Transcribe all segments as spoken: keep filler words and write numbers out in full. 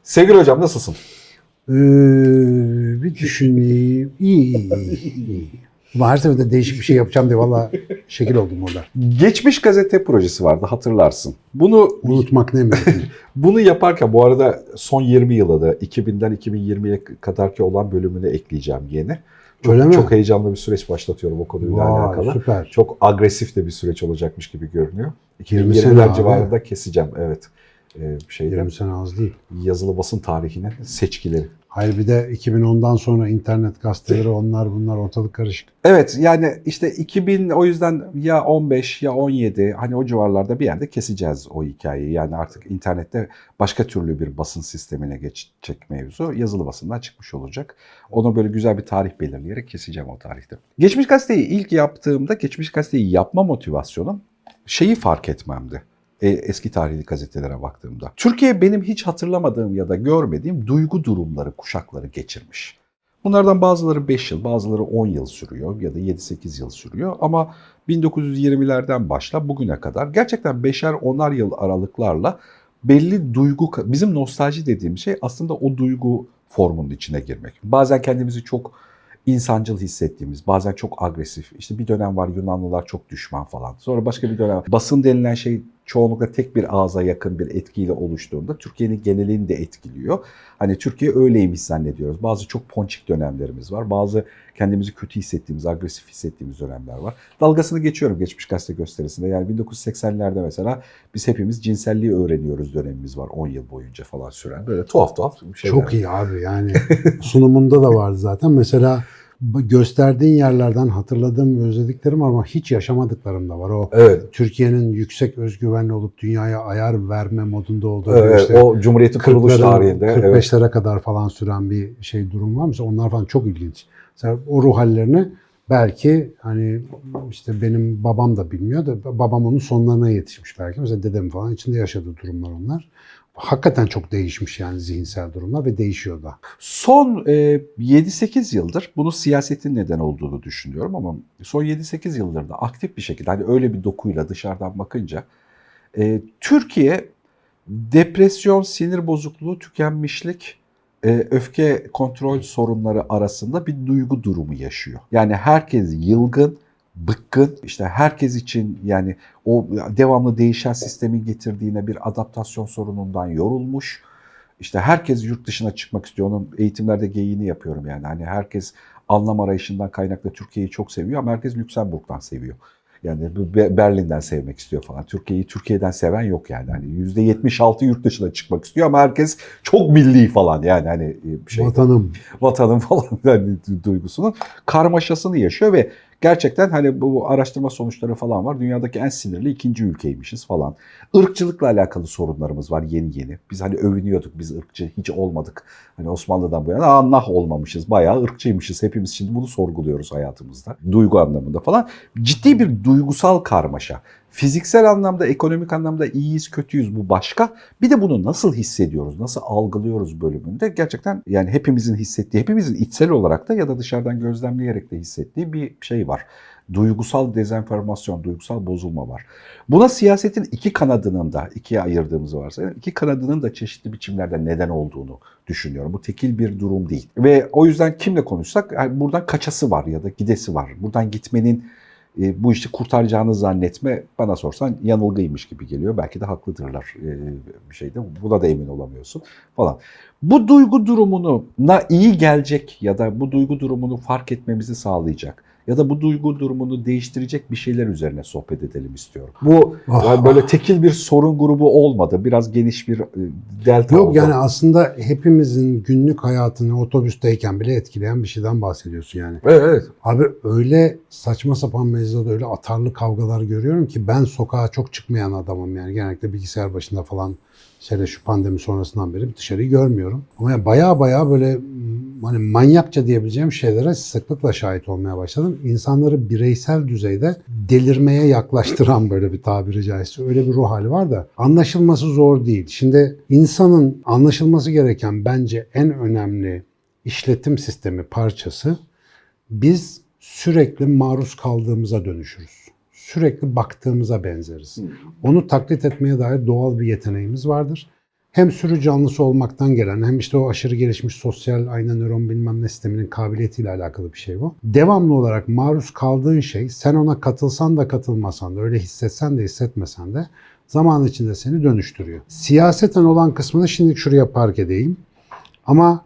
Sevgili hocam nasılsın? Ee, bir düşüneyim. İyi, iyi, iyi, iyi. Ama her seferinde değişik bir şey yapacağım diye valla şekil oldum orada. Geçmiş Gazete projesi vardı, hatırlarsın. Bunu Unutmak ne mümkün. bunu yaparken bu arada son yirmi yıla da iki binden iki bin yirmiye kadarki olan bölümünü ekleyeceğim yeni. Çok, Öyle mi? çok heyecanlı bir süreç başlatıyorum o konuyla Vay, alakalı. süper. Çok agresif de bir süreç olacakmış gibi görünüyor. yirmi sene iki bin yirmiler abi. civarında keseceğim, evet. Ee, şeyden, yirmi sene az değil. yazılı basın tarihinin seçkileri. Hayır, bir de iki bin ondan sonra internet gazeteleri, onlar bunlar, ortalık karışık. Evet, yani işte iki bin, o yüzden ya on beş ya on yedi, hani o civarlarda bir yerde keseceğiz o hikayeyi. Yani artık internette başka türlü bir basın sistemine geçecek mevzu. Yazılı basından çıkmış olacak. Onu böyle güzel bir tarih belirleyerek keseceğim o tarihte. Geçmiş Gazete'yi ilk yaptığımda, Geçmiş Gazete'yi yapma motivasyonum şeyi fark etmemdi. Eski tarihli gazetelere baktığımda. Türkiye benim hiç hatırlamadığım ya da görmediğim duygu durumları, kuşakları geçirmiş. Bunlardan bazıları beş yıl, bazıları on yıl sürüyor ya da yedi sekiz yıl sürüyor. Ama bin dokuz yüz yirmilerden başla bugüne kadar gerçekten beşer onar yıl aralıklarla belli duygu, bizim nostalji dediğim şey aslında o duygu formunun içine girmek. Bazen kendimizi çok insancıl hissettiğimiz, bazen çok agresif. İşte bir dönem var Yunanlılar çok düşman falan. Sonra başka bir dönem var. Basın denilen şey çoğunlukla tek bir ağza yakın bir etkiyle oluştuğunda Türkiye'nin genelini de etkiliyor. Hani Türkiye öyleymiş zannediyoruz. Bazı çok ponçik dönemlerimiz var. Bazı kendimizi kötü hissettiğimiz, agresif hissettiğimiz dönemler var. Dalgasını geçiyorum Geçmiş Gazete gösterisinde. Yani bin dokuz yüz seksenlerde mesela biz hepimiz cinselliği öğreniyoruz dönemimiz var. on yıl boyunca falan süren. Böyle tuhaf tuhaf bir şeyler. Çok iyi abi, yani sunumunda da vardı zaten. Mesela gösterdiğin yerlerden hatırladığım ve özlediklerim var ama hiç yaşamadıklarım da var. O Evet. Türkiye'nin yüksek özgüvenli olup dünyaya ayar verme modunda olduğu, Evet, işte o Cumhuriyet'in kuruluş tarihinde. kırk beşlere evet. kadar falan süren bir şey durum var. Mesela onlar falan çok ilginç. Mesela o ruh hallerini belki hani işte benim babam da bilmiyor da babam onun sonlarına yetişmiş belki. Mesela dedem falan içinde yaşadığı durumlar onlar. Hakikaten çok değişmiş yani zihinsel durumlar ve değişiyor da. Son e, yedi sekiz yıldır bunu siyasetin neden olduğunu düşünüyorum ama son yedi sekiz yıldır da aktif bir şekilde hani öyle bir dokuyla dışarıdan bakınca e, Türkiye depresyon, sinir bozukluğu, tükenmişlik, e, öfke kontrol sorunları arasında bir duygu durumu yaşıyor. Yani herkes yılgın, bıkkın, işte herkes için yani o devamlı değişen sistemin getirdiğine bir adaptasyon sorunundan yorulmuş. İşte herkes yurt dışına çıkmak istiyor. Onun eğitimlerde geyiğini yapıyorum yani. Hani herkes anlam arayışından kaynaklı Türkiye'yi çok seviyor ama herkes Lüksemburg'dan seviyor. Yani Berlin'den sevmek istiyor falan. Türkiye'yi Türkiye'den seven yok yani. Hani yüzde yetmiş altı yurt dışına çıkmak istiyor ama herkes çok milli falan yani hani şey. Vatanım. Vatanım falan yani duygusunun karmaşasını yaşıyor ve gerçekten hani bu araştırma sonuçları falan var. Dünyadaki en sinirli ikinci ülkeymişiz falan. Irkçılıkla alakalı sorunlarımız var yeni yeni. Biz hani övünüyorduk, biz ırkçı hiç olmadık. Hani Osmanlı'dan bu yana Allah olmamışız. Bayağı ırkçıymışız. Hepimiz şimdi bunu sorguluyoruz hayatımızda. Duygu anlamında falan. Ciddi bir duygusal karmaşa. Fiziksel anlamda, ekonomik anlamda iyiyiz, kötüyüz, bu başka. Bir de bunu nasıl hissediyoruz, nasıl algılıyoruz bölümünde gerçekten yani hepimizin hissettiği, hepimizin içsel olarak da ya da dışarıdan gözlemleyerek de hissettiği bir şey var. Duygusal dezenformasyon, duygusal bozulma var. Buna siyasetin iki kanadının da, ikiye ayırdığımız varsa, iki kanadının da çeşitli biçimlerde neden olduğunu düşünüyorum. Bu tekil bir durum değil. Ve o yüzden kimle konuşsak yani buradan kaçası var ya da gidesi var. Buradan gitmenin E, bu işi kurtaracağını zannetme bana sorsan yanılgıymış gibi geliyor. Belki de haklıdırlar e, bir şeyde. Buna da emin olamıyorsun falan. Bu duygu durumuna iyi gelecek ya da bu duygu durumunu fark etmemizi sağlayacak ya da bu duygu durumunu değiştirecek bir şeyler üzerine sohbet edelim istiyorum. Bu Oh. yani böyle tekil bir sorun grubu olmadı. Biraz geniş bir delta Yok oldu. yani aslında hepimizin günlük hayatını otobüsteyken bile etkileyen bir şeyden bahsediyorsun yani. Evet, evet. Abi öyle saçma sapan mevzuda öyle atarlı kavgalar görüyorum ki ben sokağa çok çıkmayan adamım yani. Genellikle bilgisayar başında falan şöyle şu pandemi sonrasından beri dışarıyı görmüyorum. Ama yani baya baya böyle hani manyakça diyebileceğim şeylere sıklıkla şahit olmaya başladım. İnsanları bireysel düzeyde delirmeye yaklaştıran böyle bir tabiri caizse öyle bir ruh hali var da anlaşılması zor değil. Şimdi insanın anlaşılması gereken bence en önemli işletim sistemi parçası biz sürekli maruz kaldığımıza dönüşürüz. Sürekli baktığımıza benzeriz. Onu taklit etmeye dair doğal bir yeteneğimiz vardır. hem sürü canlısı olmaktan gelen hem işte o aşırı gelişmiş sosyal ayna nöron bilmem ne sisteminin kabiliyetiyle alakalı bir şey bu. Devamlı olarak maruz kaldığın şey sen ona katılsan da katılmasan da öyle hissetsen de hissetmesen de zaman içinde seni dönüştürüyor. Siyaseten olan kısmını şimdi şuraya park edeyim. Ama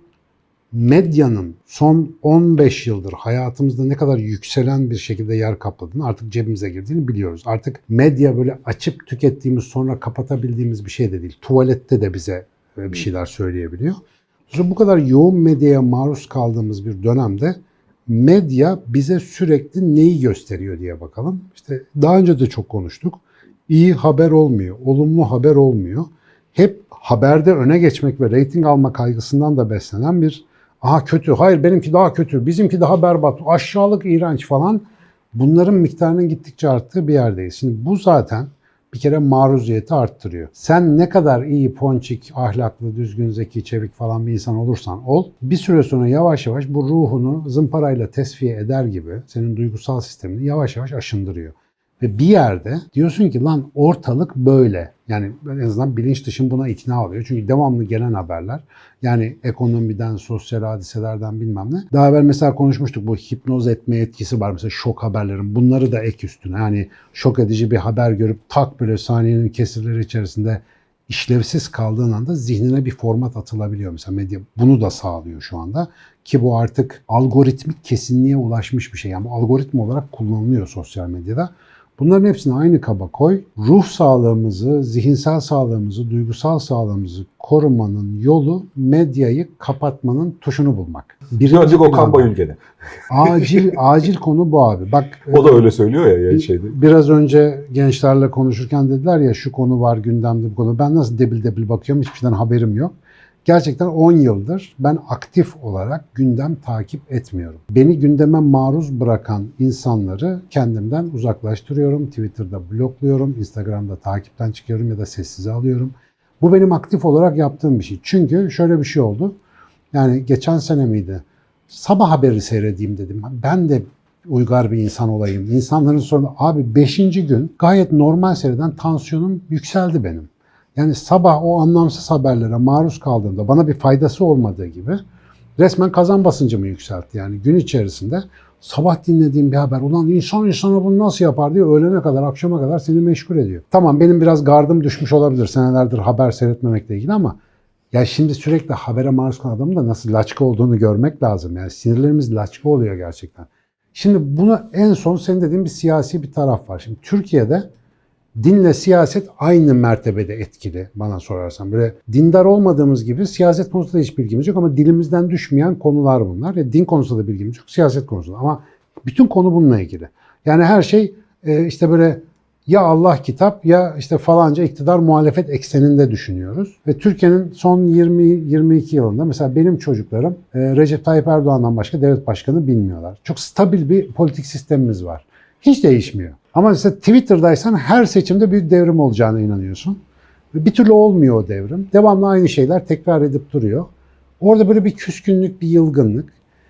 medyanın son on beş yıldır hayatımızda ne kadar yükselen bir şekilde yer kapladığını, artık cebimize girdiğini biliyoruz. Artık medya böyle açıp tükettiğimiz sonra kapatabildiğimiz bir şey de değil. Tuvalette de bize bir şeyler söyleyebiliyor. Sonra bu kadar yoğun medyaya maruz kaldığımız bir dönemde medya bize sürekli neyi gösteriyor diye bakalım. İşte daha önce de çok konuştuk. İyi haber olmuyor, olumlu haber olmuyor. Hep haberde öne geçmek ve reyting alma kaygısından da beslenen bir aha kötü, hayır benimki daha kötü, bizimki daha berbat, aşağılık, iğrenç falan, bunların miktarının gittikçe arttığı bir yerdeyiz. Şimdi bu zaten bir kere maruziyeti arttırıyor. Sen ne kadar iyi, ponçik, ahlaklı, düzgün, zeki, çevik falan bir insan olursan ol, bir süre sonra yavaş yavaş bu ruhunu zımparayla tesfiye eder gibi senin duygusal sistemini yavaş yavaş aşındırıyor. Ve bir yerde diyorsun ki lan ortalık böyle. Yani en azından bilinç dışın buna ikna oluyor. Çünkü devamlı gelen haberler, yani ekonomiden, sosyal hadiselerden bilmem ne. Daha evvel mesela konuşmuştuk, bu hipnoz etme etkisi var mesela şok haberlerin. Bunları da ek üstüne, yani şok edici bir haber görüp tak böyle saniyenin kesirleri içerisinde işlevsiz kaldığın anda zihnine bir format atılabiliyor. Mesela medya bunu da sağlıyor şu anda. Ki bu artık algoritmik kesinliğe ulaşmış bir şey. Yani bu algoritma olarak kullanılıyor sosyal medyada. Bunların hepsini aynı kaba koy. Ruh sağlığımızı, zihinsel sağlığımızı, duygusal sağlığımızı korumanın yolu medyayı kapatmanın tuşunu bulmak. Birazcık Okan Bayülgen'e. Acil acil konu bu abi. Bak o da öyle söylüyor ya yani şeyde. Biraz önce gençlerle konuşurken dediler ya şu konu var gündemde bu konu. Ben nasıl debil debil bakıyorum, hiçbir şeyden haberim yok. Gerçekten on yıldır ben aktif olarak gündem takip etmiyorum. Beni gündeme maruz bırakan insanları kendimden uzaklaştırıyorum. Twitter'da blokluyorum, Instagram'da takipten çıkıyorum ya da sessize alıyorum. Bu benim aktif olarak yaptığım bir şey. Çünkü şöyle bir şey oldu. Yani geçen sene miydi? Sabah haberi seyredeyim dedim. Ben de uygar bir insan olayım. İnsanların sorunu, abi beşinci gün gayet normal seyreden tansiyonum yükseldi benim. Yani sabah o anlamsız haberlere maruz kaldığımda bana bir faydası olmadığı gibi resmen kazan basıncımı yükseltti. Yani gün içerisinde sabah dinlediğim bir haber, ulan insan insana bunu nasıl yapar diye öğlene kadar, akşama kadar seni meşgul ediyor. Tamam, benim biraz gardım düşmüş olabilir senelerdir haber seyretmemekle ilgili ama ya şimdi sürekli habere maruz kalan adamın da nasıl laçka olduğunu görmek lazım. Yani sinirlerimiz laçka oluyor gerçekten. Şimdi buna en son senin dediğin bir siyasi bir taraf var. Şimdi Türkiye'de dinle siyaset aynı mertebede etkili bana sorarsan. Böyle dindar olmadığımız gibi siyaset konusunda hiç bilgimiz yok ama dilimizden düşmeyen konular bunlar. Ya din konusunda da bilgimiz yok, siyaset konusunda. Ama bütün konu bununla ilgili. Yani her şey işte böyle ya Allah kitap ya işte falanca iktidar muhalefet ekseninde düşünüyoruz. Ve Türkiye'nin son yirmi yirmi iki yılında mesela benim çocuklarım Recep Tayyip Erdoğan'dan başka devlet başkanı bilmiyorlar. Çok stabil bir politik sistemimiz var. Hiç değişmiyor. Ama mesela Twitter'daysan her seçimde büyük devrim olacağına inanıyorsun. Ve bir türlü olmuyor o devrim. Devamlı aynı şeyler tekrar edip duruyor. Orada böyle bir küskünlük, bir yılgınlık.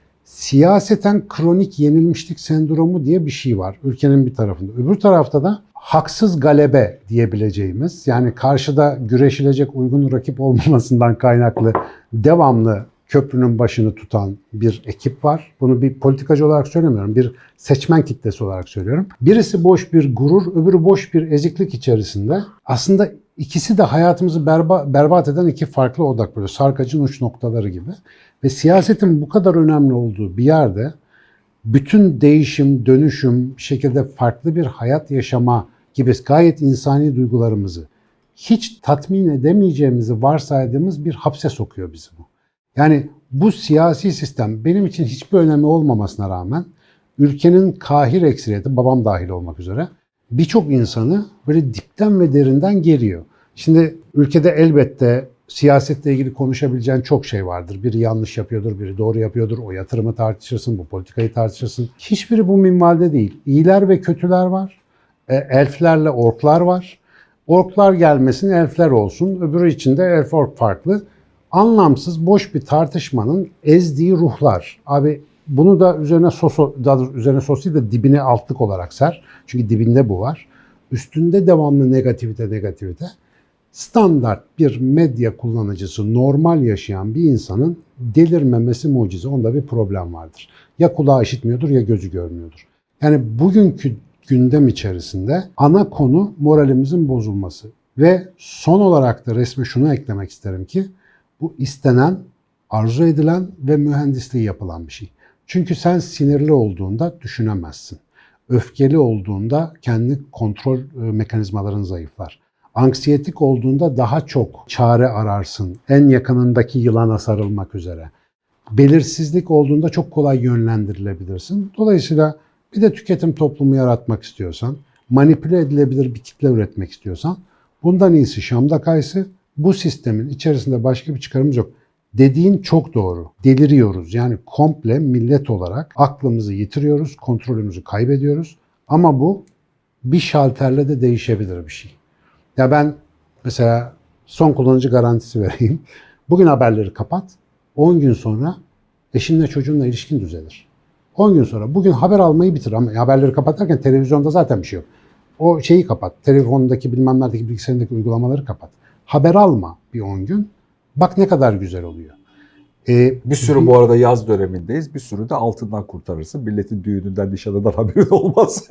Siyaseten kronik yenilmişlik sendromu diye bir şey var ülkenin bir tarafında. Öbür tarafta da haksız galebe diyebileceğimiz, yani karşıda güreşilecek uygun rakip olmamasından kaynaklı devamlı köprünün başını tutan bir ekip var. Bunu bir politikacı olarak söylemiyorum, bir seçmen kitlesi olarak söylüyorum. Birisi boş bir gurur, öbürü boş bir eziklik içerisinde. Aslında ikisi de hayatımızı berba, berbat eden iki farklı odak, böyle sarkacın uç noktaları gibi. Ve siyasetin bu kadar önemli olduğu bir yerde bütün değişim, dönüşüm, bir şekilde farklı bir hayat yaşama gibi gayet insani duygularımızı hiç tatmin edemeyeceğimizi varsaydığımız bir hapse sokuyor bizi bu. Yani bu siyasi sistem benim için hiçbir önemi olmamasına rağmen ülkenin kahir ekseriyeti, babam dahil olmak üzere, birçok insanı böyle dipten ve derinden geriyor. Şimdi ülkede elbette siyasetle ilgili konuşabileceğin çok şey vardır. Biri yanlış yapıyordur, biri doğru yapıyordur. O yatırımı tartışırsın, bu politikayı tartışırsın. Hiçbiri bu minvalde değil. İyiler ve kötüler var. E, elflerle orklar var. Orklar gelmesin, elfler olsun. Öbürü için de elf ork farklı. Anlamsız, boş bir tartışmanın ezdiği ruhlar. Abi bunu da üzerine sos, üzerine sos değil de dibine altlık olarak ser. Çünkü dibinde bu var. Üstünde devamlı negativite negativite. Standart bir medya kullanıcısı, normal yaşayan bir insanın delirmemesi mucize. Onda bir problem vardır. Ya kulağı işitmiyordur ya gözü görmüyordur. Yani bugünkü gündem içerisinde ana konu moralimizin bozulması. Ve son olarak da resme şunu eklemek isterim ki bu istenen, arzu edilen ve mühendisliği yapılan bir şey. Çünkü sen sinirli olduğunda düşünemezsin. Öfkeli olduğunda kendi kontrol mekanizmaların zayıflar. Anksiyetik olduğunda daha çok çare ararsın. En yakınındaki yılana sarılmak üzere. Belirsizlik olduğunda çok kolay yönlendirilebilirsin. Dolayısıyla bir de tüketim toplumu yaratmak istiyorsan, manipüle edilebilir bir kitle üretmek istiyorsan, bundan iyisi Şam'da kaysı. Bu sistemin içerisinde başka bir çıkarımız yok. Dediğin çok doğru. Deliriyoruz. Yani komple millet olarak aklımızı yitiriyoruz, kontrolümüzü kaybediyoruz. Ama bu bir şalterle de değişebilir bir şey. Ya ben mesela son kullanıcı garantisi vereyim. Bugün haberleri kapat. on gün sonra eşinle çocuğunla ilişkin düzelir. on gün sonra bugün haber almayı bitir ama haberleri kapat derken televizyonda zaten bir şey yok. O şeyi kapat. Telefonundaki bilmem neredeki bilgisayarındaki uygulamaları kapat. Haber alma bir on gün. Bak ne kadar güzel oluyor. Ee, bir sürü bir, bu arada yaz dönemindeyiz. Bir sürü de altından kurtarırsın. Milletin düğününden, nişanından haberin olmaz.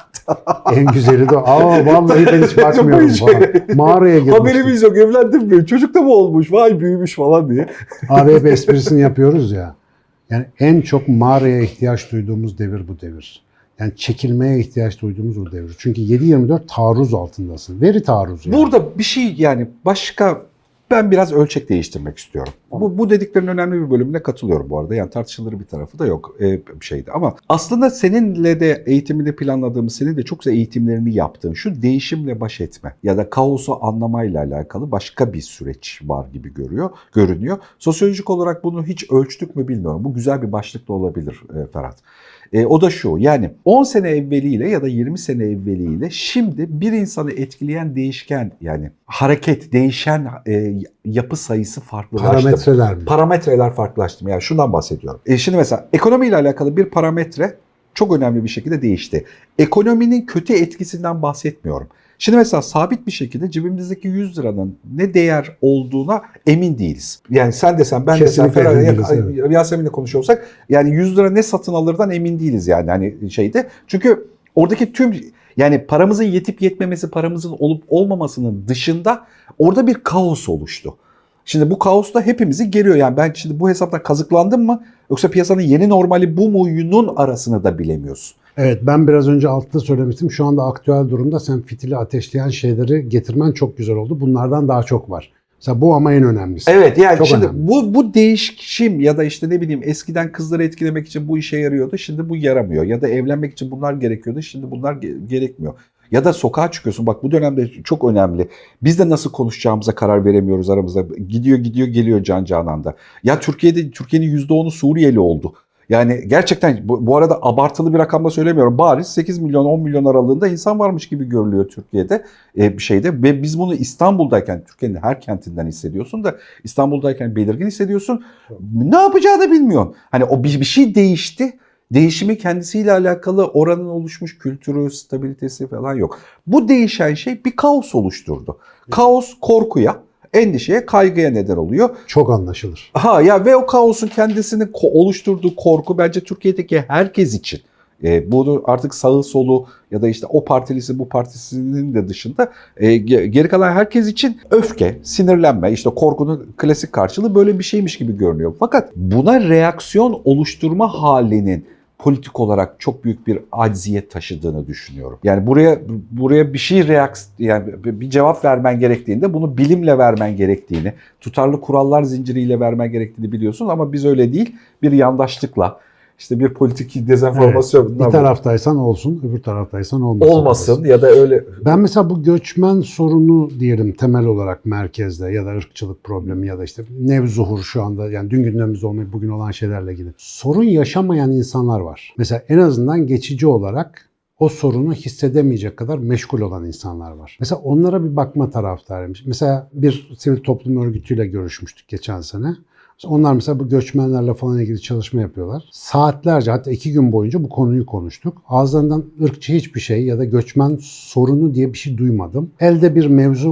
En güzeli de aa vallahi ben hiç bakmıyorum falan. Mağaraya girmiştim. Haberimiz yok, evlendim mi? Çocuk da mı olmuş? Vay büyümüş falan diye. Abi hep esprisini yapıyoruz ya. Yani en çok mağaraya ihtiyaç duyduğumuz devir bu devir. Yani çekilmeye ihtiyaç duyduğumuz bu devir. Çünkü yedi yirmi dört taarruz altındasın. Veri taarruzu yani. Burada bir şey yani başka ben biraz ölçek değiştirmek istiyorum. Bu, bu dediklerin önemli bir bölümüne katılıyorum bu arada. Yani tartışılır bir tarafı da yok e, bir şeydi. Ama aslında seninle de eğitimini planladığımız, senin de çok güzel eğitimlerini yaptığın şu değişimle baş etme ya da kaosu anlamayla alakalı başka bir süreç var gibi görüyor, görünüyor. Sosyolojik olarak bunu hiç ölçtük mü bilmiyorum. Bu güzel bir başlık da olabilir e, Ferhat. E, o da şu, yani on sene evveliyle ya da yirmi sene evveliyle şimdi bir insanı etkileyen değişken, yani hareket, değişen e, yapı sayısı farklılaştı. Parametreler mi? Parametreler farklılaştı. Yani şundan bahsediyorum. E, şimdi mesela ekonomiyle alakalı bir parametre çok önemli bir şekilde değişti. Ekonominin kötü etkisinden bahsetmiyorum. Şimdi mesela sabit bir şekilde cebimizdeki yüz liranın ne değer olduğuna emin değiliz. Yani sen desen, ben desem, Ferhat, Yasemin'le konuşuyorsak yani yüz lira ne satın alırdan emin değiliz yani hani şeyde. Çünkü oradaki tüm yani paramızın yetip yetmemesi, paramızın olup olmamasının dışında orada bir kaos oluştu. Şimdi bu kaos da hepimizi geriyor. Yani ben şimdi bu hesaptan kazıklandım mı yoksa piyasanın yeni normali bu muyunun arasını da bilemiyorsun. Evet, ben biraz önce altta söylemiştim. Şu anda aktüel durumda sen fitili ateşleyen şeyleri getirmen çok güzel oldu. Bunlardan daha çok var. Mesela bu ama en önemlisi. Evet, yani çok şimdi önemli. bu bu değişim ya da işte ne bileyim eskiden kızları etkilemek için bu işe yarıyordu. Şimdi bu yaramıyor. Ya da evlenmek için bunlar gerekiyordu. Şimdi bunlar ge- gerekmiyor. Ya da sokağa çıkıyorsun. Bak bu dönemde çok önemli. Biz de nasıl konuşacağımıza karar veremiyoruz aramızda. Gidiyor gidiyor geliyor can cananda. Ya Türkiye'de Türkiye'nin yüzde onu Suriyeli oldu. Yani gerçekten bu, bu arada abartılı bir rakamda söylemiyorum. Bariz sekiz milyon on milyon aralığında insan varmış gibi görülüyor Türkiye'de e, bir şeyde. Ve biz bunu İstanbul'dayken, Türkiye'nin her kentinden hissediyorsun da İstanbul'dayken belirgin hissediyorsun. Ne yapacağını bilmiyorsun. Hani o bir, bir şey değişti. Değişimi kendisiyle alakalı oranın oluşmuş kültürü, stabilitesi falan yok. Bu değişen şey bir kaos oluşturdu. Kaos korkuya, endişeye, kaygıya neden oluyor. Çok anlaşılır. Ha ya ve o kaosun kendisini ko- oluşturduğu korku bence Türkiye'deki herkes için. E, bunu artık sağı solu ya da işte o partilisi bu partisinin de dışında e, geri kalan herkes için öfke, sinirlenme, işte korkunun klasik karşılığı böyle bir şeymiş gibi görünüyor. Fakat buna reaksiyon oluşturma halinin politik olarak çok büyük bir acziyet taşıdığını düşünüyorum. Yani buraya buraya bir şey reaks yani bir cevap vermen gerektiğinde bunu bilimle vermen gerektiğini, tutarlı kurallar zinciriyle vermen gerektiğini biliyorsun ama biz öyle değil. Bir yandaşlıkla, işte bir politik dezenformasyon. Evet, bir taraftaysan olsun, öbür taraftaysan olmasın. Olmasın ya da öyle. Ben mesela bu göçmen sorunu diyelim temel olarak merkezde ya da ırkçılık problemi ya da işte nevzuhur şu anda yani dün gündemimizde olmayıp bugün olan şeylerle ilgili. Sorun yaşamayan insanlar var. Mesela en azından geçici olarak o sorunu hissedemeyecek kadar meşgul olan insanlar var. Mesela onlara bir bakma taraftarıyım. Mesela bir sivil toplum örgütüyle görüşmüştük geçen sene. Onlar mesela bu göçmenlerle falan ilgili çalışma yapıyorlar. Saatlerce hatta iki gün boyunca bu konuyu konuştuk. Ağızlarından ırkçı hiçbir şey ya da göçmen sorunu diye bir şey duymadım. Elde bir mevzu var.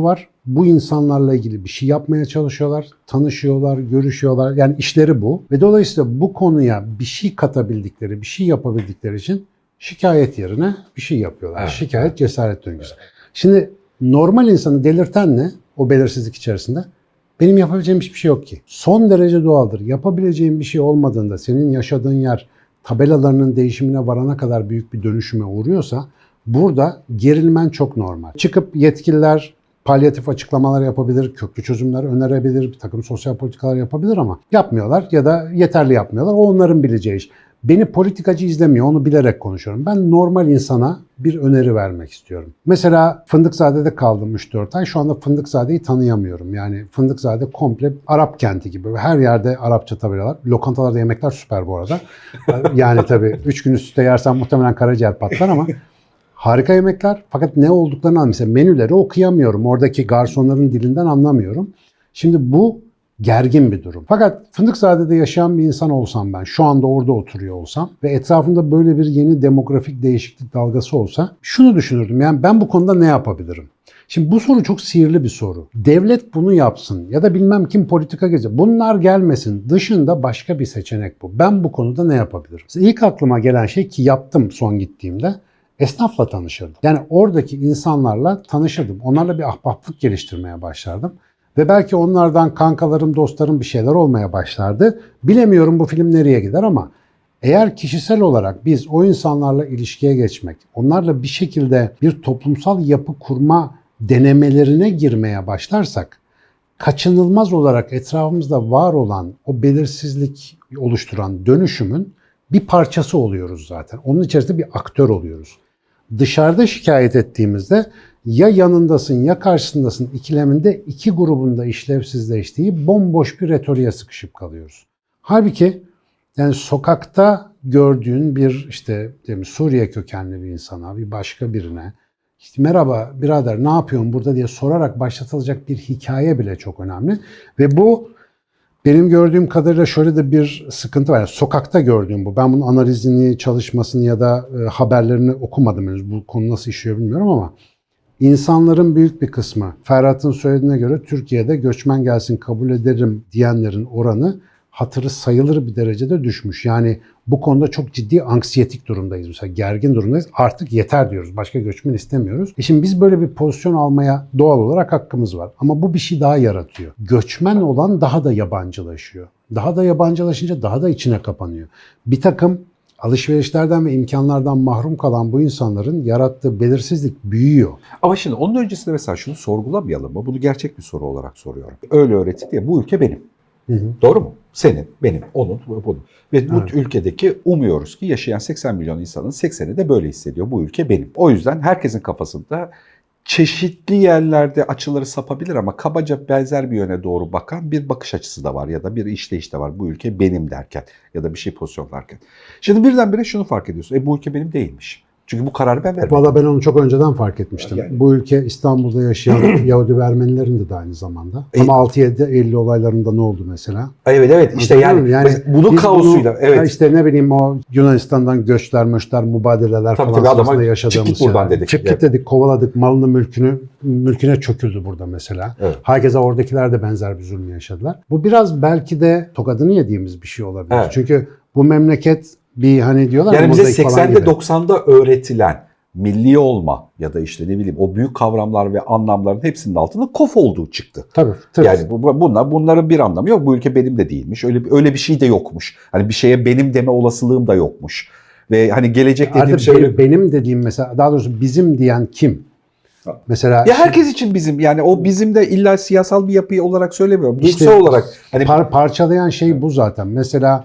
bu insanlarla ilgili bir şey yapmaya çalışıyorlar, tanışıyorlar, görüşüyorlar. Yani işleri bu. Ve dolayısıyla bu konuya bir şey katabildikleri, bir şey yapabildikleri için şikayet yerine bir şey yapıyorlar. Evet. Şikayet cesaret döngüsü. Şimdi normal insanı delirten ne o belirsizlik içerisinde? Benim yapabileceğim hiçbir şey yok ki. Son derece doğaldır. Yapabileceğim bir şey olmadığında senin yaşadığın yer tabelalarının değişimine varana kadar büyük bir dönüşüme uğruyorsa burada gerilmen çok normal. Çıkıp yetkililer palyatif açıklamalar yapabilir, köklü çözümler önerebilir, bir takım sosyal politikalar yapabilir ama yapmıyorlar ya da yeterli yapmıyorlar. O onların bileceği iş. Beni politikacı izlemiyor, onu bilerek konuşuyorum. Ben normal insana bir öneri vermek istiyorum. Mesela Fındıkzade'de kaldım üç dört ay. Şu anda Fındıkzade'yi tanıyamıyorum. Yani Fındıkzade komple Arap kenti gibi. Her yerde Arapça tabelalar. Lokantalarda yemekler süper bu arada. Yani tabii üç gün üst üste yersen muhtemelen karaciğer patlar ama harika yemekler. Fakat ne olduklarını anlamıyorum. Mesela menüleri okuyamıyorum. Oradaki garsonların dilinden anlamıyorum. Şimdi bu gergin bir durum. Fakat Fındıkzade'de yaşayan bir insan olsam ben, şu anda orada oturuyor olsam ve etrafımda böyle bir yeni demografik değişiklik dalgası olsa şunu düşünürdüm. Yani ben bu konuda ne yapabilirim? Şimdi bu soru çok sihirli bir soru. Devlet bunu yapsın ya da bilmem kim politika gelecek. Bunlar gelmesin. Dışında başka bir seçenek bu. Ben bu konuda ne yapabilirim? Mesela ilk aklıma gelen şey ki yaptım son gittiğimde. Esnafla tanışırdım. Yani oradaki insanlarla tanışırdım. Onlarla bir ahbaplık geliştirmeye başlardım. Ve belki onlardan kankalarım, dostlarım bir şeyler olmaya başlardı. Bilemiyorum bu film nereye gider ama eğer kişisel olarak biz o insanlarla ilişkiye geçmek, onlarla bir şekilde bir toplumsal yapı kurma denemelerine girmeye başlarsak, kaçınılmaz olarak etrafımızda var olan o belirsizlik oluşturan dönüşümün bir parçası oluyoruz zaten. Onun içerisinde bir aktör oluyoruz. Dışarıda şikayet ettiğimizde ya yanındasın ya karşısındasın ikileminde iki grubun da işlevsizleştiği bomboş bir retoriğe sıkışıp kalıyoruz. Halbuki yani sokakta gördüğün bir işte değil mi, Suriye kökenli bir insana, bir başka birine işte merhaba birader ne yapıyorsun burada diye sorarak başlatılacak bir hikaye bile çok önemli. Ve bu benim gördüğüm kadarıyla şöyle de bir sıkıntı var. Yani sokakta gördüğüm bu. Ben bunun analizini, çalışmasını ya da e, haberlerini okumadım henüz. Bu konu nasıl işliyor bilmiyorum ama insanların büyük bir kısmı Ferhat'ın söylediğine göre Türkiye'de göçmen gelsin kabul ederim diyenlerin oranı hatırı sayılır bir derecede düşmüş. Yani bu konuda çok ciddi anksiyetik durumdayız. Mesela gergin durumdayız. Artık yeter diyoruz. Başka göçmen istemiyoruz. E şimdi biz böyle bir pozisyon almaya doğal olarak hakkımız var. Ama bu bir şey daha yaratıyor. Göçmen olan daha da yabancılaşıyor. Daha da yabancılaşınca daha da içine kapanıyor. Bir takım alışverişlerden ve imkanlardan mahrum kalan bu insanların yarattığı belirsizlik büyüyor. Ama şimdi onun öncesinde mesela şunu sorgulamayalım mı? Bunu gerçek bir soru olarak soruyorum. Öyle öğretildi ya, bu ülke benim. Hı hı. Doğru mu? Senin, benim, onun, bunun. Ve bu Evet. ülkedeki umuyoruz ki yaşayan seksen milyon insanın sekseni de böyle hissediyor. Bu ülke benim. O yüzden herkesin kafasında çeşitli yerlerde açıları sapabilir ama kabaca benzer bir yöne doğru bakan bir bakış açısı da var ya da bir işleyiş de var. Bu ülke benim derken ya da bir şey pozisyonlarken. Şimdi birdenbire şunu fark ediyorsun. E bu ülke benim değilmiş. Çünkü bu kararı ben vermedim. Valla ben onu çok önceden fark etmiştim. Yani. Bu ülke İstanbul'da yaşayan Yahudi ve Ermenilerin de aynı zamanda. E, Ama altı yedi Eylül olaylarında ne oldu mesela? Evet evet işte yani, yani bunun biz kaosuyla. Bunu, evet. işte ne bileyim o Yunanistan'dan göçler, möçler, mübadeleler Tabii falan tabii adama sırasında çık yaşadığımız git buradan şeyler. dedik. Çık git dedik, kovaladık, malını mülkünü, mülküne çöküldü burada mesela. Evet. Herkese oradakiler de benzer bir zulmü yaşadılar. Bu biraz belki de tokadını yediğimiz bir şey olabilir. Evet. Çünkü bu memleket bir hani diyorlar Yani bize mozaik falan seksende gibi. doksanda öğretilen milli olma ya da işte ne bileyim o büyük kavramlar ve anlamların hepsinin altında kof olduğu çıktı. Tabii, tabii. Yani bu, bunlar bunların bir anlamı yok. Bu ülke benim de değilmiş. Öyle öyle bir şey de yokmuş. Hani bir şeye benim deme olasılığım da yokmuş. Ve hani gelecek dediğim Artık şey öyle... benim dediğim mesela daha doğrusu bizim diyen kim? Ha. Mesela Ya herkes için bizim yani o bizim de illa siyasal bir yapı olarak söylemiyorum. İşte Duygusal olarak hani par- parçalayan şey bu zaten. Mesela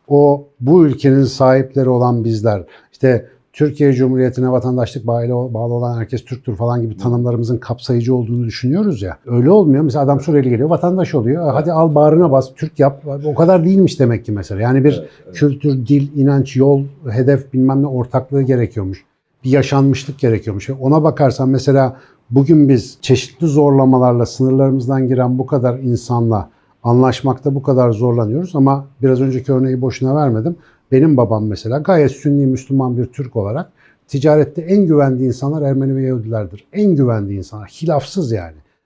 o bu ülkenin sahipleri olan bizler işte Türkiye Cumhuriyeti'ne vatandaşlık bağlı, bağlı olan herkes Türktür falan gibi tanımlarımızın kapsayıcı olduğunu düşünüyoruz ya. Öyle olmuyor. Mesela adam Suriyeli geliyor, vatandaş oluyor. Hadi al bağrına bas, Türk yap. O kadar değilmiş demek ki mesela. Yani bir Evet, evet. kültür, dil, inanç, yol, hedef bilmem ne ortaklığı gerekiyormuş. Bir yaşanmışlık gerekiyormuş. Ona bakarsan mesela bugün biz çeşitli zorlamalarla sınırlarımızdan giren bu kadar insanla anlaşmakta bu kadar zorlanıyoruz ama biraz önceki örneği boşuna vermedim. Benim babam mesela gayet Sünni Müslüman bir Türk olarak ticarette en güvendiği insanlar Ermeni ve Yahudilerdir. En güvendiği insanlar. Hilafsız yani.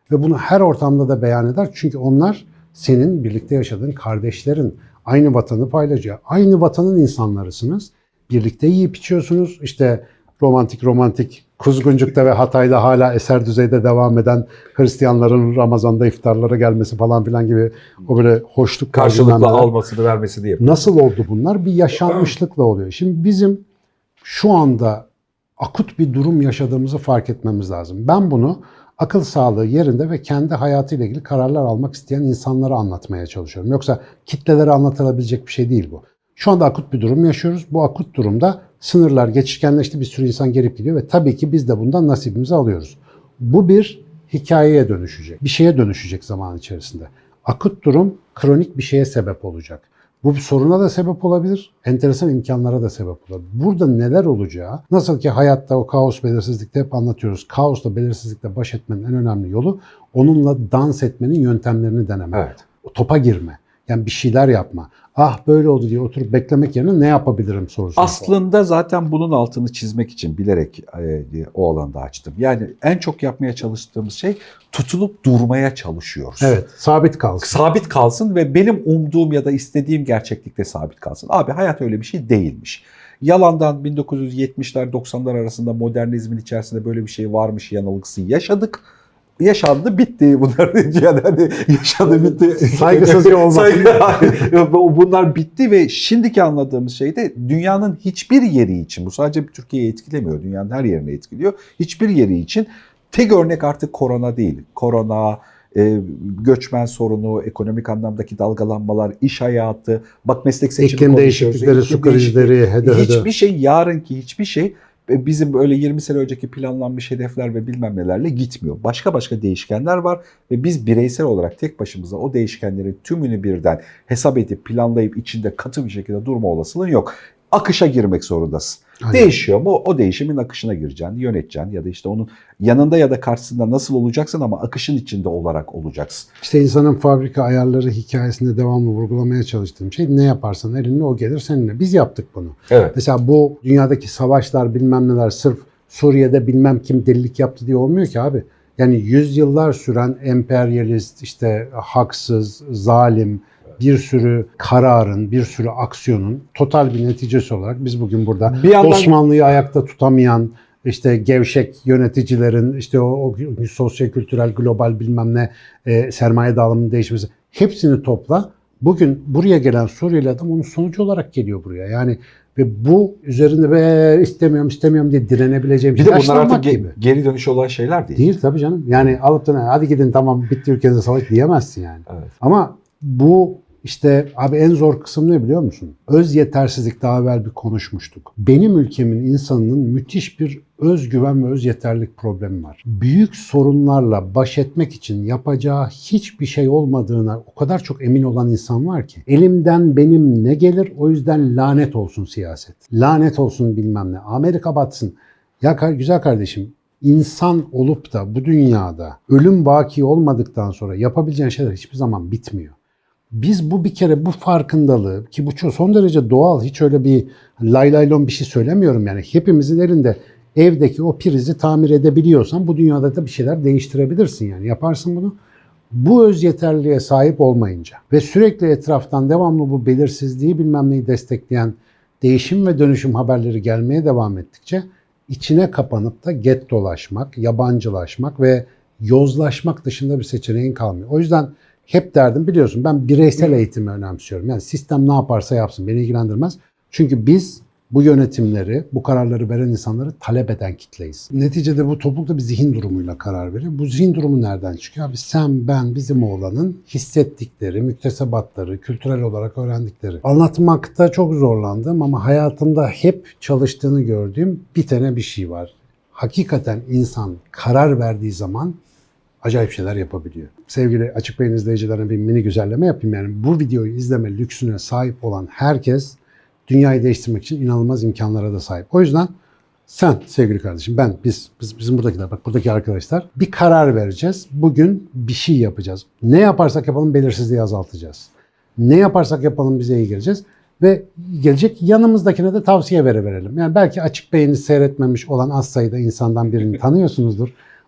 Ve bunu her ortamda da beyan eder. Çünkü onlar senin birlikte yaşadığın kardeşlerin, aynı vatanı paylaşıyor. Aynı vatanın insanlarısınız. Birlikte yiyip içiyorsunuz. İşte romantik romantik Kuzguncuk'ta ve Hatay'da hala eser düzeyde devam eden Hristiyanların Ramazan'da iftarlara gelmesi falan filan gibi o böyle hoşluk Karşılıklı almasını vermesini yapıyor. Nasıl oldu bunlar? Bir yaşanmışlıkla oluyor. Şimdi bizim şu anda akut bir durum yaşadığımızı fark etmemiz lazım. Ben bunu akıl sağlığı yerinde ve kendi hayatıyla ilgili kararlar almak isteyen insanlara anlatmaya çalışıyorum. Yoksa kitlelere anlatılabilecek bir şey değil bu. Şu anda akut bir durum yaşıyoruz. Bu akut durumda sınırlar geçişkenleşti, bir sürü insan gelip gidiyor ve tabii ki biz de bundan nasibimizi alıyoruz. Bu bir hikayeye dönüşecek, bir şeye dönüşecek zaman içerisinde. Akut durum kronik bir şeye sebep olacak. Bu bir soruna da sebep olabilir, enteresan imkanlara da sebep olabilir. Burada neler olacağı, nasıl ki hayatta o kaos belirsizlikte hep anlatıyoruz. Kaosla belirsizlikle baş etmenin en önemli yolu onunla dans etmenin yöntemlerini denemek. Evet. O topa girme. Yani bir şeyler yapma. Ah böyle oldu diye oturup beklemek yerine ne yapabilirim sorusu. Aslında zaten bunun altını çizmek için bilerek e, o alanda açtım. Yani en çok yapmaya çalıştığımız şey tutulup durmaya çalışıyoruz. Evet, sabit kalsın. Sabit kalsın ve benim umduğum ya da istediğim gerçeklikte sabit kalsın. Abi hayat öyle bir şey değilmiş. Yalandan bin dokuz yüz yetmişler doksanlar arasında modernizmin içerisinde böyle bir şey varmış yanılgısı yaşadık. Yaşandı bitti bunlar yani hani yaşandı bitti. Saygısızca olmak. Saygı, bunlar bitti ve şimdiki anladığımız şey de dünyanın hiçbir yeri için, bu sadece Türkiye'yi etkilemiyor, dünyanın her yerini etkiliyor. Hiçbir yeri için tek örnek artık korona değil. Korona, e, göçmen sorunu, ekonomik anlamdaki dalgalanmalar, iş hayatı, bak meslek seçimi İklim konuşuyoruz. değişiklikleri, su krizleri, hede hede. Hiçbir şey, yarınki hiçbir şey bizim öyle yirmi sene önceki planlanmış hedefler ve bilmem nelerle gitmiyor. Başka başka değişkenler var ve biz bireysel olarak tek başımıza o değişkenlerin tümünü birden hesap edip planlayıp içinde katı bir şekilde durma olasılığın yok. Akışa girmek zorundasın. Aynen. Değişiyor mu? O değişimin akışına gireceksin, yöneteceksin ya da işte onun yanında ya da karşısında nasıl olacaksın ama akışın içinde olarak olacaksın. İşte insanın fabrika ayarları hikayesinde devamlı vurgulamaya çalıştığım şey, ne yaparsan elinle o gelir seninle. Biz yaptık bunu. Evet. Mesela bu dünyadaki savaşlar bilmem neler sırf Suriye'de bilmem kim delilik yaptı diye olmuyor ki abi. Yani yüzyıllar süren emperyalist, işte haksız, zalim, bir sürü kararın, bir sürü aksiyonun total bir neticesi olarak biz bugün burada bir yandan Osmanlı'yı ayakta tutamayan, işte gevşek yöneticilerin, işte o, o sosyo-kültürel, global bilmem ne e, sermaye dağılımının değişmesi, hepsini topla. Bugün buraya gelen Suriyeli adam onun sonucu olarak geliyor buraya. Yani ve bu üzerinde be istemiyorum istemiyorum diye direnebileceğim bir de bunlar artık ge- geri dönüş olan şeyler değil. Değil tabii canım. Yani alıp da hadi gidin tamam bitti ülkenize savaş diyemezsin yani. Evet. Ama bu İşte abi en zor kısım ne biliyor musun? Öz yetersizlik, daha evvel bir konuşmuştuk. Benim ülkemin insanının müthiş bir özgüven ve öz yeterlilik problemi var. Büyük sorunlarla baş etmek için yapacağı hiçbir şey olmadığına o kadar çok emin olan insan var ki. Elimden benim ne gelir, o yüzden lanet olsun siyaset. Lanet olsun bilmem ne. Amerika batsın. Ya güzel kardeşim, İnsan olup da bu dünyada ölüm vaki olmadıktan sonra yapabileceğin şeyler hiçbir zaman bitmiyor. Biz bu bir kere bu farkındalığı, ki bu çok son derece doğal, hiç öyle bir lay lay lon bir şey söylemiyorum yani. Hepimizin elinde evdeki o prizi tamir edebiliyorsan bu dünyada da bir şeyler değiştirebilirsin yani, yaparsın bunu. Bu öz yeterliliğe sahip olmayınca ve sürekli etraftan devamlı bu belirsizliği bilmem neyi destekleyen değişim ve dönüşüm haberleri gelmeye devam ettikçe içine kapanıp da get dolaşmak, yabancılaşmak ve yozlaşmak dışında bir seçeneğin kalmıyor. O yüzden hep derdim, biliyorsun ben bireysel eğitimi önemsiyorum. Yani sistem ne yaparsa yapsın beni ilgilendirmez. Çünkü biz bu yönetimleri, bu kararları veren insanları talep eden kitleyiz. Neticede bu toplulukta bir zihin durumuyla karar veriyor. Bu zihin durumu nereden çıkıyor? Abi sen, ben, bizim oğlanın hissettikleri, müktesebatları, kültürel olarak öğrendikleri. Anlatmakta çok zorlandım ama hayatımda hep çalıştığını gördüğüm bir tane bir şey var. Hakikaten insan karar verdiği zaman acayip şeyler yapabiliyor. Sevgili Açık Beyin izleyicilerine bir mini güzelleme yapayım. Yani bu videoyu izleme lüksüne sahip olan herkes dünyayı değiştirmek için inanılmaz imkanlara da sahip. O yüzden sen sevgili kardeşim, ben, biz, biz bizim buradakiler, bak buradaki arkadaşlar bir karar vereceğiz. Bugün bir şey yapacağız. Ne yaparsak yapalım belirsizliği azaltacağız. Ne yaparsak yapalım bize iyi geleceğiz. Ve gelecek yanımızdakine de tavsiye vere verelim. Yani belki Açık Beyin'i seyretmemiş olan az sayıda insandan birini tanıyorsunuzdur.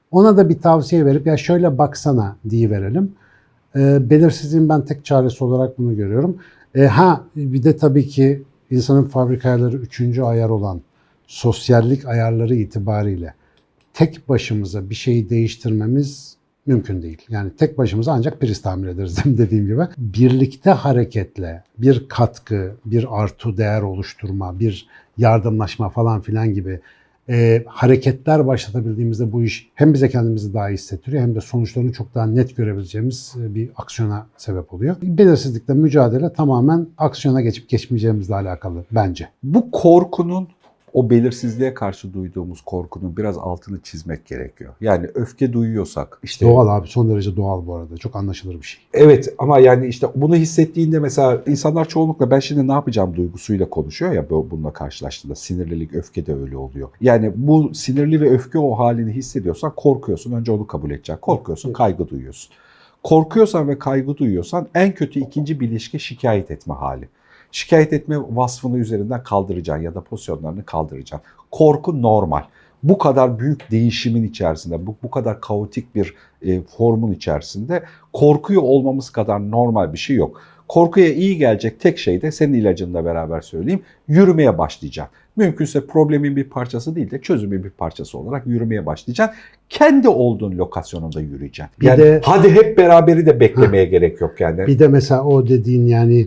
Ona da bir tavsiye verip ya şöyle baksana diye verelim. E, belirsizliğin ben tek çaresi olarak bunu görüyorum. E, ha bir de tabii ki insanın fabrika ayarları üçüncü ayar olan sosyallik ayarları itibariyle tek başımıza bir şeyi değiştirmemiz mümkün değil. Yani tek başımıza ancak priz tamir ederiz dediğim gibi. Birlikte hareketle bir katkı, bir artı değer oluşturma, bir yardımlaşma falan filan gibi e, hareketler başlatabildiğimizde bu iş hem bize kendimizi daha iyi hissettiriyor hem de sonuçlarını çok daha net görebileceğimiz bir aksiyona sebep oluyor. Belirsizlikle mücadele tamamen aksiyona geçip geçmeyeceğimizle alakalı bence. Bu korkunun, o belirsizliğe karşı duyduğumuz korkunun biraz altını çizmek gerekiyor. Yani öfke duyuyorsak işte... Doğal abi, son derece doğal bu arada. Çok anlaşılır bir şey. Evet ama yani işte bunu hissettiğinde mesela insanlar çoğunlukla ben şimdi ne yapacağım duygusuyla konuşuyor ya bununla karşılaştığında. Sinirlilik, öfke de öyle oluyor. Yani bu sinirli ve öfke o halini hissediyorsan korkuyorsun. Önce onu kabul edeceksin. Korkuyorsun, kaygı duyuyorsun. Korkuyorsan ve kaygı duyuyorsan en kötü ikinci bileşke şikayet etme hali. Şikayet etme vasfını üzerinden kaldıracaksın ya da pozisyonlarını kaldıracaksın. Korku normal. Bu kadar büyük değişimin içerisinde, bu, bu kadar kaotik bir e, formun içerisinde korkuyor olmamız kadar normal bir şey yok. Korkuya iyi gelecek tek şey de senin ilacınla beraber söyleyeyim, yürümeye başlayacaksın. Mümkünse problemin bir parçası değil de çözümün bir parçası olarak yürümeye başlayacaksın. Kendi olduğun lokasyonunda yürüyeceksin. Bir Yani de, hadi hep beraberi de beklemeye ha, gerek yok yani. Bir de mesela o dediğin yani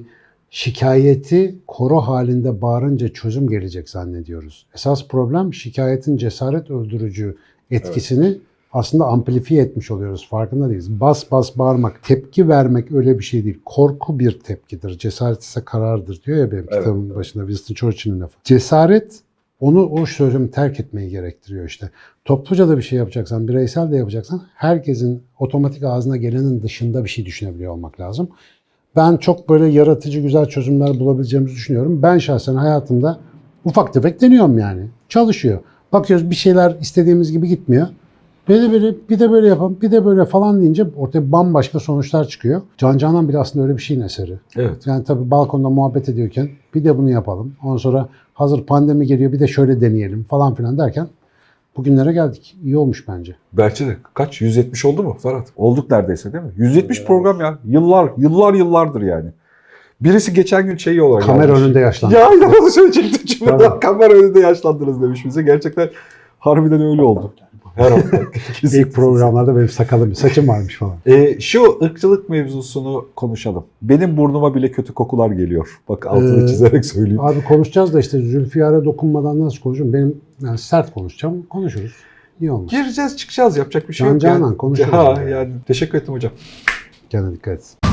şikayeti koro halinde bağırınca çözüm gelecek zannediyoruz. Esas problem şikayetin cesaret öldürücü etkisini evet. aslında amplifiye etmiş oluyoruz. Farkında değiliz. Bas bas bağırmak, tepki vermek öyle bir şey değil. Korku bir tepkidir. Cesaret ise karardır diyor ya benim evet, kitabımın evet. başında Winston Churchill'in lafı. Cesaret onu o sözümü terk etmeyi gerektiriyor işte. Topluca da bir şey yapacaksan, bireysel de yapacaksan herkesin otomatik ağzına gelenin dışında bir şey düşünebiliyor olmak lazım. Ben çok böyle yaratıcı, güzel çözümler bulabileceğimizi düşünüyorum. Ben şahsen hayatımda ufak tefek deniyorum yani. Çalışıyor. Bakıyoruz bir şeyler istediğimiz gibi gitmiyor. Bir de böyle, bir de böyle yapalım, bir de böyle falan deyince ortaya bambaşka sonuçlar çıkıyor. Can Canan bile aslında öyle bir şeyin eseri. Evet. Yani tabii balkonda muhabbet ediyorken bir de bunu yapalım. Ondan sonra hazır pandemi geliyor bir de şöyle deneyelim falan filan derken bugünlere geldik. İyi olmuş bence. Belki de kaç? yüz yetmiş oldu mu Ferhat? Olduk neredeyse değil mi? yüz yetmiş evet. Program ya. Yıllar, yıllar yıllardır yani. Birisi geçen gün şey olarak kamera yazmış. önünde yaşlandı. Ya inanılmaz söyleyecektim şimdi. Kamera önünde yaşlandınız demiş bize. Gerçekten harbiden öyle oldu. Her hafta. İlk programlarda benim sakalım, saçım varmış falan. E, şu ırkçılık mevzusunu konuşalım. Benim burnuma bile kötü kokular geliyor. Bak altını ee, çizerek söyleyeyim. Abi konuşacağız da işte Zülfiyar'a dokunmadan nasıl konuşacağım? Benim yani sert konuşacağım. Konuşuruz. İyi olmaz. Gireceğiz çıkacağız. Yapacak bir şey Can yok. Canan yani. konuşuruz. Ha, yani. yani teşekkür ettim hocam. Kendine dikkat et.